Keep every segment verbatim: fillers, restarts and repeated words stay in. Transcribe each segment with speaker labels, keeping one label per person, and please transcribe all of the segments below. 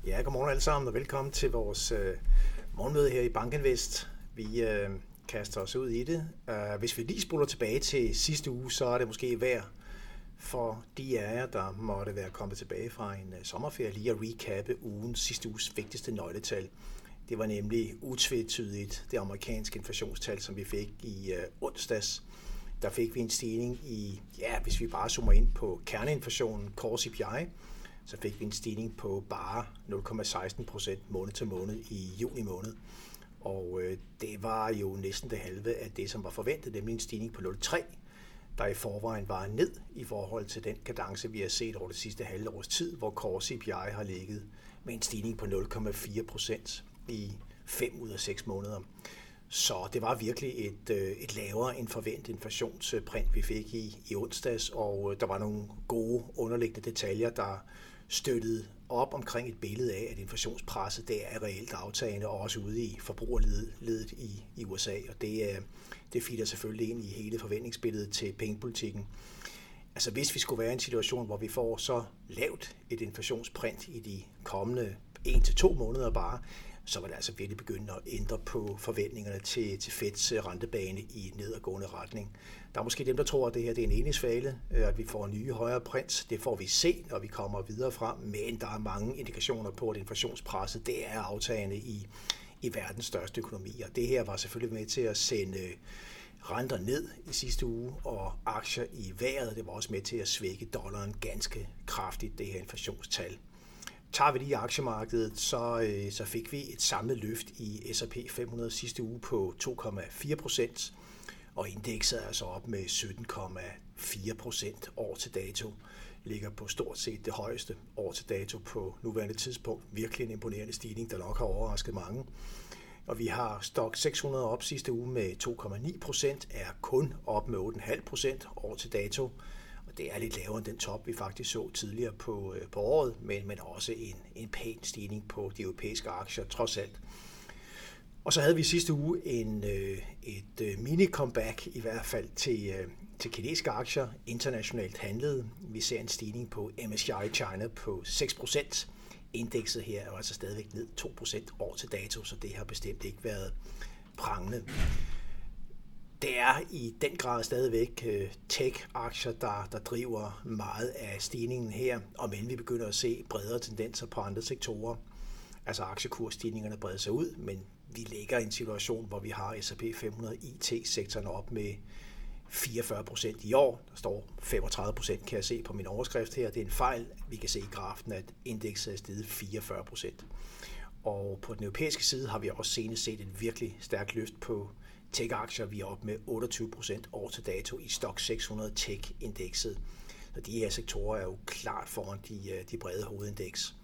Speaker 1: Ja, godmorgen alle sammen, og velkommen til vores øh, morgenmøde her i BankInvest. Vi øh, kaster os ud i det. Uh, hvis vi lige spoler tilbage til sidste uge, så er det måske værd for de af jer, der måtte være kommet tilbage fra en uh, sommerferie, lige at recappe ugens sidste uges vigtigste nøgletal. Det var nemlig utvetydigt det amerikanske inflationstal, som vi fik i uh, onsdags. Der fik vi en stigning i, ja, hvis vi bare zoomer ind på kerneinflationen, Core C P I, så fik vi en stigning på bare nul komma seksten procent måned til måned i juni måned. Og øh, det var jo næsten det halve af det, som var forventet, nemlig en stigning på nul komma tre, der i forvejen var ned i forhold til den kadence, vi har set over det sidste halve års tid, hvor Core C P I har ligget med en stigning på nul komma fire procent i fem ud af seks måneder. Så det var virkelig et, et lavere end forventet inflationsprint, vi fik i, i onsdags, og der var nogle gode underliggende detaljer, der støttede op omkring et billede af, at inflationspresset det er reelt aftagende, og også ude i forbrugerledet i, i U S A, og det, det feeder selvfølgelig ind i hele forventningsbilledet til pengepolitikken. Altså hvis vi skulle være i en situation, hvor vi får så lavt et inflationsprint i de kommende en til to måneder bare, så var det altså virkelig begyndt at ændre på forventningerne til, til Feds rentebane i nedadgående retning. Der er måske dem, der tror, at det her det er en enhedsfale, at vi får nye højere prints. Det får vi se, når vi kommer videre frem, men der er mange indikationer på, at inflationspresset det er aftagende i, i verdens største økonomier. Det her var selvfølgelig med til at sende renter ned i sidste uge, og aktier i vejret. Det var også med til at svække dollaren ganske kraftigt, det her inflationstal. Tager vi lige aktiemarkedet, så, så fik vi et samlet løft i S og P fem hundrede sidste uge på to komma fire procent, og indekset er altså op med sytten komma fire procent år til dato. Ligger på stort set det højeste år til dato på nuværende tidspunkt. Virkelig en imponerende stigning, der nok har overrasket mange. Og vi har Stoxx seks hundrede op sidste uge med to komma ni procent, er kun op med otte komma fem procent år til dato. Det er lidt lavere end den top, vi faktisk så tidligere på, på året, men, men også en, en pæn stigning på de europæiske aktier, trods alt. Og så havde vi sidste uge en, et mini-comeback, i hvert fald til, til kinesiske aktier, internationalt handlede. Vi ser en stigning på M S C I China på seks procent. Indekset her er altså stadigvæk ned to procent år til dato, så det har bestemt ikke været prangende. Det er i den grad stadigvæk tech-aktier, der, der driver meget af stigningen her, og men vi begynder at se bredere tendenser på andre sektorer. Altså aktiekursstigningerne breder sig ud, men vi ligger i en situation, hvor vi har S og P fem hundrede I T-sektoren op med fireogfyrre procent i år. Der står femogtredive procent, kan jeg se på min overskrift her. Det er en fejl. Vi kan se i grafen, at indekset er steget fireogfyrre procent. Og på den europæiske side har vi også senest set et virkelig stærkt løft på tech-aktier. Vi er op med otteogtyve procent år til dato i Stoxx seks hundrede Tech-indekset. Så de her sektorer er jo klart foran de, de brede hovedindeks.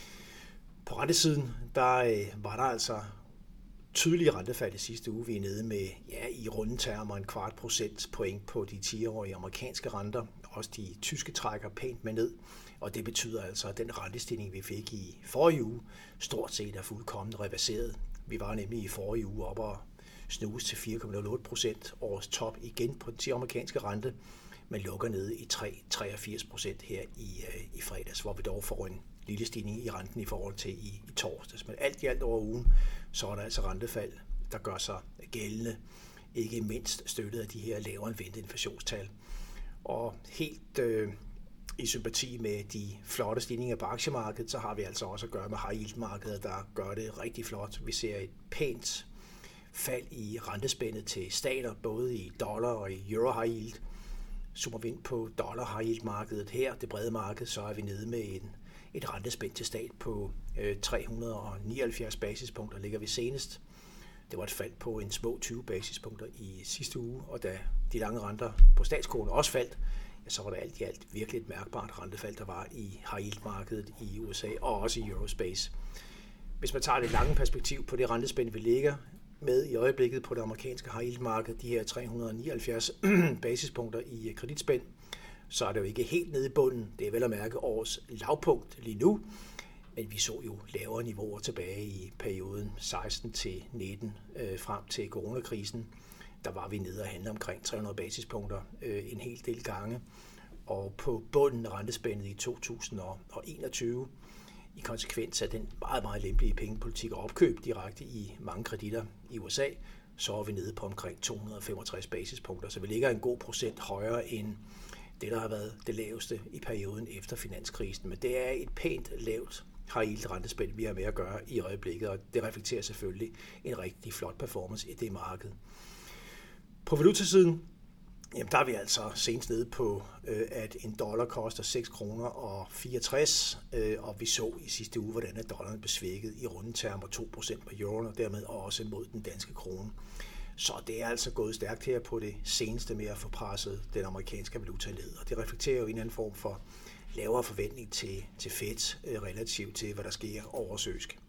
Speaker 1: På rentesiden, der var der altså tydelige rentefald i sidste uge. Vi er nede med ja, i runde termer en kvart procent point på de ti-årige amerikanske renter. Også de tyske trækker pænt med ned. Og det betyder altså, at den rentestigning, vi fik i forrige uge, stort set er fuldkommen reverseret. Vi var nemlig i forrige uge oppe og snus til fire komma nul otte procent, årets top igen på den ti amerikanske rente, men lukker nede i tre komma treogfirs procent her i, øh, i fredags, hvor vi dog får en lille stigning i renten i forhold til i, i torsdags. Men alt i alt over ugen, så er der altså rentefald, der gør sig gældende, ikke mindst støttet af de her lavere end ventede inflationstal. Og helt øh, i sympati med de flotte stigninger på aktiemarkedet, så har vi altså også at gøre med high yield-markedet, der gør det rigtig flot. Vi ser et pænt fald i rentespændet til stater, både i dollar og i euro high yield. Zoomer vi ind på dollar high yield markedet her, det brede marked, så er vi nede med en, et rentespænd til stat på øh, tre hundrede nioghalvfjerds basispunkter, ligger vi senest. Det var et fald på en små tyve basispunkter i sidste uge, og da de lange renter på statskroner også faldt, ja, så var det alt i alt virkelig et mærkbart rentefald, der var i high yield markedet i U S A og også i Eurospace. Hvis man tager det lange perspektiv på det rentespænd, vi ligger med i øjeblikket på det amerikanske high yield marked, de her tre hundrede nioghalvfjerds basispunkter i kreditspænd, så er det jo ikke helt nede i bunden. Det er vel at mærke årets lavpunkt lige nu, men vi så jo lavere niveauer tilbage i perioden seksten til nitten øh, frem til coronakrisen. Der var vi nede og handle omkring tre hundrede basispunkter øh, en hel del gange, og på bunden af rentespændet i to tusind og enogtyve, i konsekvens af den meget, meget lempelige pengepolitik og opkøb direkte i mange kreditter i U S A, så er vi nede på omkring to hundrede og femogtres basispunkter. Så vi ligger en god procent højere end det, der har været det laveste i perioden efter finanskrisen. Men det er et pænt lavt high yield rentespænd, vi har med at gøre i øjeblikket, og det reflekterer selvfølgelig en rigtig flot performance i det marked. På valutasiden, jamen der er vi altså senest nede på, at en dollar koster seks kroner og fireogtres, og vi så i sidste uge, hvordan dollaren blev svækket i rundetermer to procent på euroen, og dermed også mod den danske krone. Så det er altså gået stærkt her på det seneste med at få presset den amerikanske valuta ned, og det reflekterer jo en eller anden form for lavere forventning til, til Fed relativt til, hvad der sker oversøisk.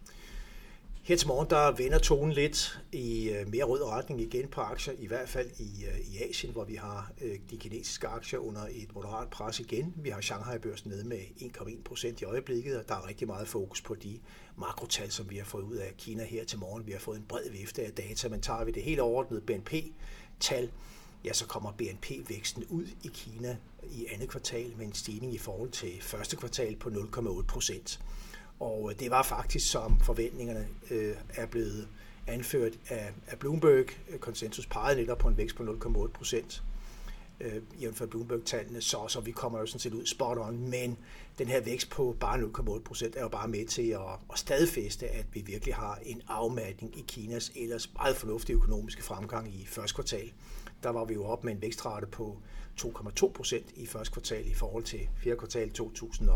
Speaker 1: Her til morgen, der vender tonen lidt i mere rød retning igen på aktier, i hvert fald i, i Asien, hvor vi har de kinesiske aktier under et moderat pres igen. Vi har Shanghai-børsen nede med en komma en procent i øjeblikket, og der er rigtig meget fokus på de makrotal, som vi har fået ud af Kina her til morgen. Vi har fået en bred vifte af data, men tager vi det helt overordnede B N P-tal, ja, så kommer B N P-væksten ud i Kina i andet kvartal med en stigning i forhold til første kvartal på nul komma otte procent. Og det var faktisk, som forventningerne øh, er blevet anført af, af Bloomberg. Konsensus pegede netop på en vækst på nul komma otte procent øh, jævnfør Bloomberg-tallene, så, så vi kommer jo sådan set ud spot on. Men den her vækst på bare nul komma otte procent er jo bare med til at, at stadfæste, at vi virkelig har en afmatning i Kinas ellers meget fornuftige økonomiske fremgang i første kvartal. Der var vi jo op med en vækstrate på to komma to procent i første kvartal i forhold til fjerde kvartal to tusind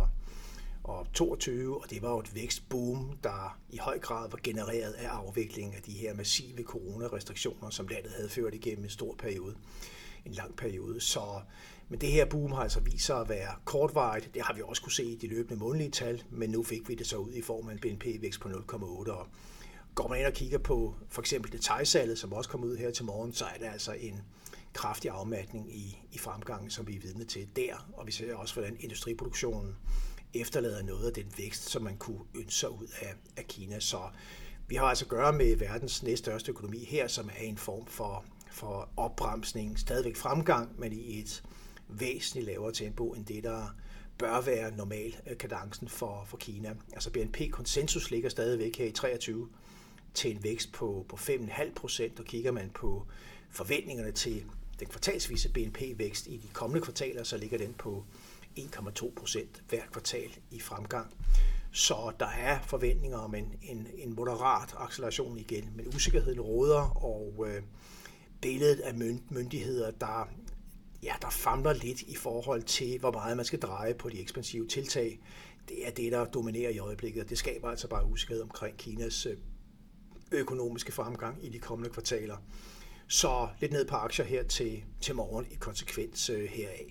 Speaker 1: og toogtyve, og det var jo et vækstboom, der i høj grad var genereret af afviklingen af de her massive coronarestriktioner, som landet havde ført igennem en stor periode, en lang periode. Så, men det her boom har altså vist sig at være kortvarigt. Det har vi også kunne se i de løbende månedlige tal, men nu fik vi det så ud i form af en B N P-vækst på nul komma otte. Og går man ind og kigger på for eksempel detailsalget, som også kom ud her til morgen, så er det altså en kraftig afmatning i, i fremgangen, som vi er vidne til der. Og vi ser også, hvordan industriproduktionen efterlader noget af den vækst, som man kunne ønske sig ud af, af Kina. Så vi har altså at gøre med verdens næststørste økonomi her, som er en form for, for opbremsning, stadigvæk fremgang, men i et væsentligt lavere tempo end det, der bør være normal kadencen for, for Kina. Altså B N P-konsensus ligger stadigvæk her i treogtyve til en vækst på, på fem komma fem procent, og kigger man på forventningerne til den kvartalsvise B N P-vækst i de kommende kvartaler, så ligger den på en komma to procent hvert kvartal i fremgang. Så der er forventninger om en, en, en moderat acceleration igen, men usikkerheden råder, og øh, billedet af myndigheder, der, ja, der famler lidt i forhold til, hvor meget man skal dreje på de ekspansive tiltag. Det er det, der dominerer i øjeblikket, og det skaber altså bare usikkerhed omkring Kinas økonomiske fremgang i de kommende kvartaler. Så lidt ned på aktier her til, til morgen i konsekvens øh, heraf.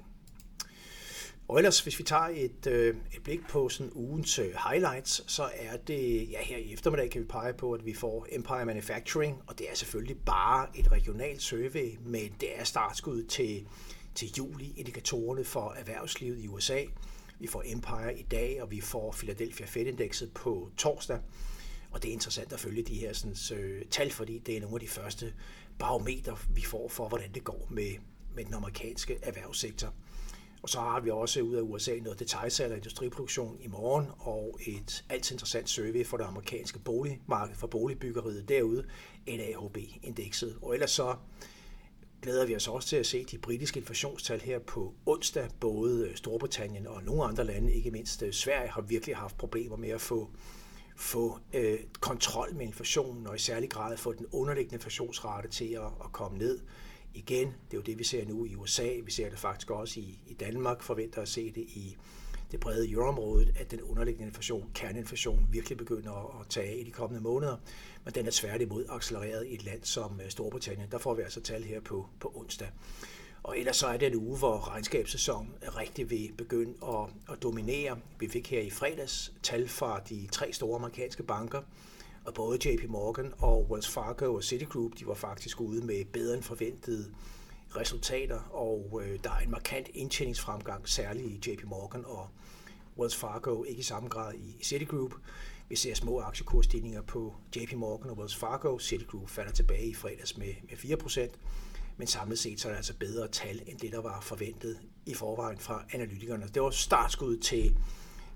Speaker 1: Og ellers, hvis vi tager et, øh, et blik på sådan ugens øh, highlights, så er det, ja, her i eftermiddag kan vi pege på, at vi får Empire Manufacturing, og det er selvfølgelig bare et regionalt survey, men det er startskud til, til juli-indikatorerne for erhvervslivet i U S A. Vi får Empire i dag, og vi får Philadelphia Fed-indekset på torsdag. Og det er interessant at følge de her sådan, øh, tal, fordi det er nogle af de første barometer, vi får for, hvordan det går med, med den amerikanske erhvervssektor. Og så har vi også ud af U S A noget detailsalg og industriproduktion i morgen, og et alt interessant survey for det amerikanske boligmarked, for boligbyggeriet derude, N A H B-indekset. Og ellers så glæder vi os også til at se de britiske inflationstal her på onsdag. Både Storbritannien og nogle andre lande, ikke mindst Sverige, har virkelig haft problemer med at få få øh, kontrol med inflationen, og i særlig grad få den underliggende inflationsrate til at, at komme ned igen. Det er jo det, vi ser nu i U S A. Vi ser det faktisk også i, i Danmark, forventer at se det i det brede euroområde, at den underliggende inflation, kerneinflation, virkelig begynder at, at tage af i de kommende måneder. Men den er tværtimod accelereret i et land som Storbritannien. Der får vi altså tal her på, på onsdag. Og ellers så er det en uge, hvor regnskabssæsonen rigtig vil begynde at, at dominere. Vi fik her i fredags tal fra de tre store amerikanske banker, og både J P Morgan og Wells Fargo og Citigroup, de var faktisk ude med bedre end forventede resultater, og øh, der er en markant indtjeningsfremgang, særligt i J P Morgan og Wells Fargo, ikke i samme grad i Citigroup. Vi ser små aktiekursstigninger på J P Morgan og Wells Fargo. Citigroup falder tilbage i fredags med, med fire procent. Men samlet set så er det altså bedre tal, end det, der var forventet i forvejen fra analytikerne. Det var startskud til,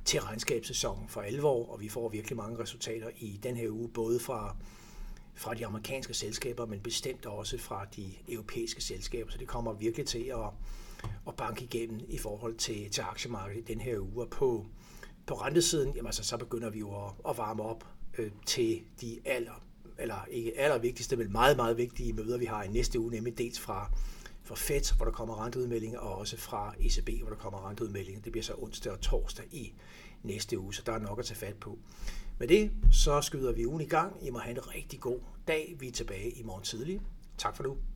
Speaker 1: til regnskabssæsonen for alvor, og vi får virkelig mange resultater i den her uge, både fra, fra de amerikanske selskaber, men bestemt også fra de europæiske selskaber. Så det kommer virkelig til at, at banke igennem i forhold til, til aktiemarkedet i den her uge. Og på, på rentesiden, jamen altså, så begynder vi jo at, at varme op øh, til de aller, eller ikke allervigtigste, men meget, meget vigtige møder, vi har i næste uge, nemlig dels fra fra Fed, hvor der kommer renteudmeldinger, og også fra E C B, hvor der kommer renteudmeldinger. Det bliver så onsdag og torsdag i næste uge, så der er nok at tage fat på. Med det, så skyder vi ugen i gang. I må have en rigtig god dag. Vi er tilbage i morgen tidlig. Tak for nu.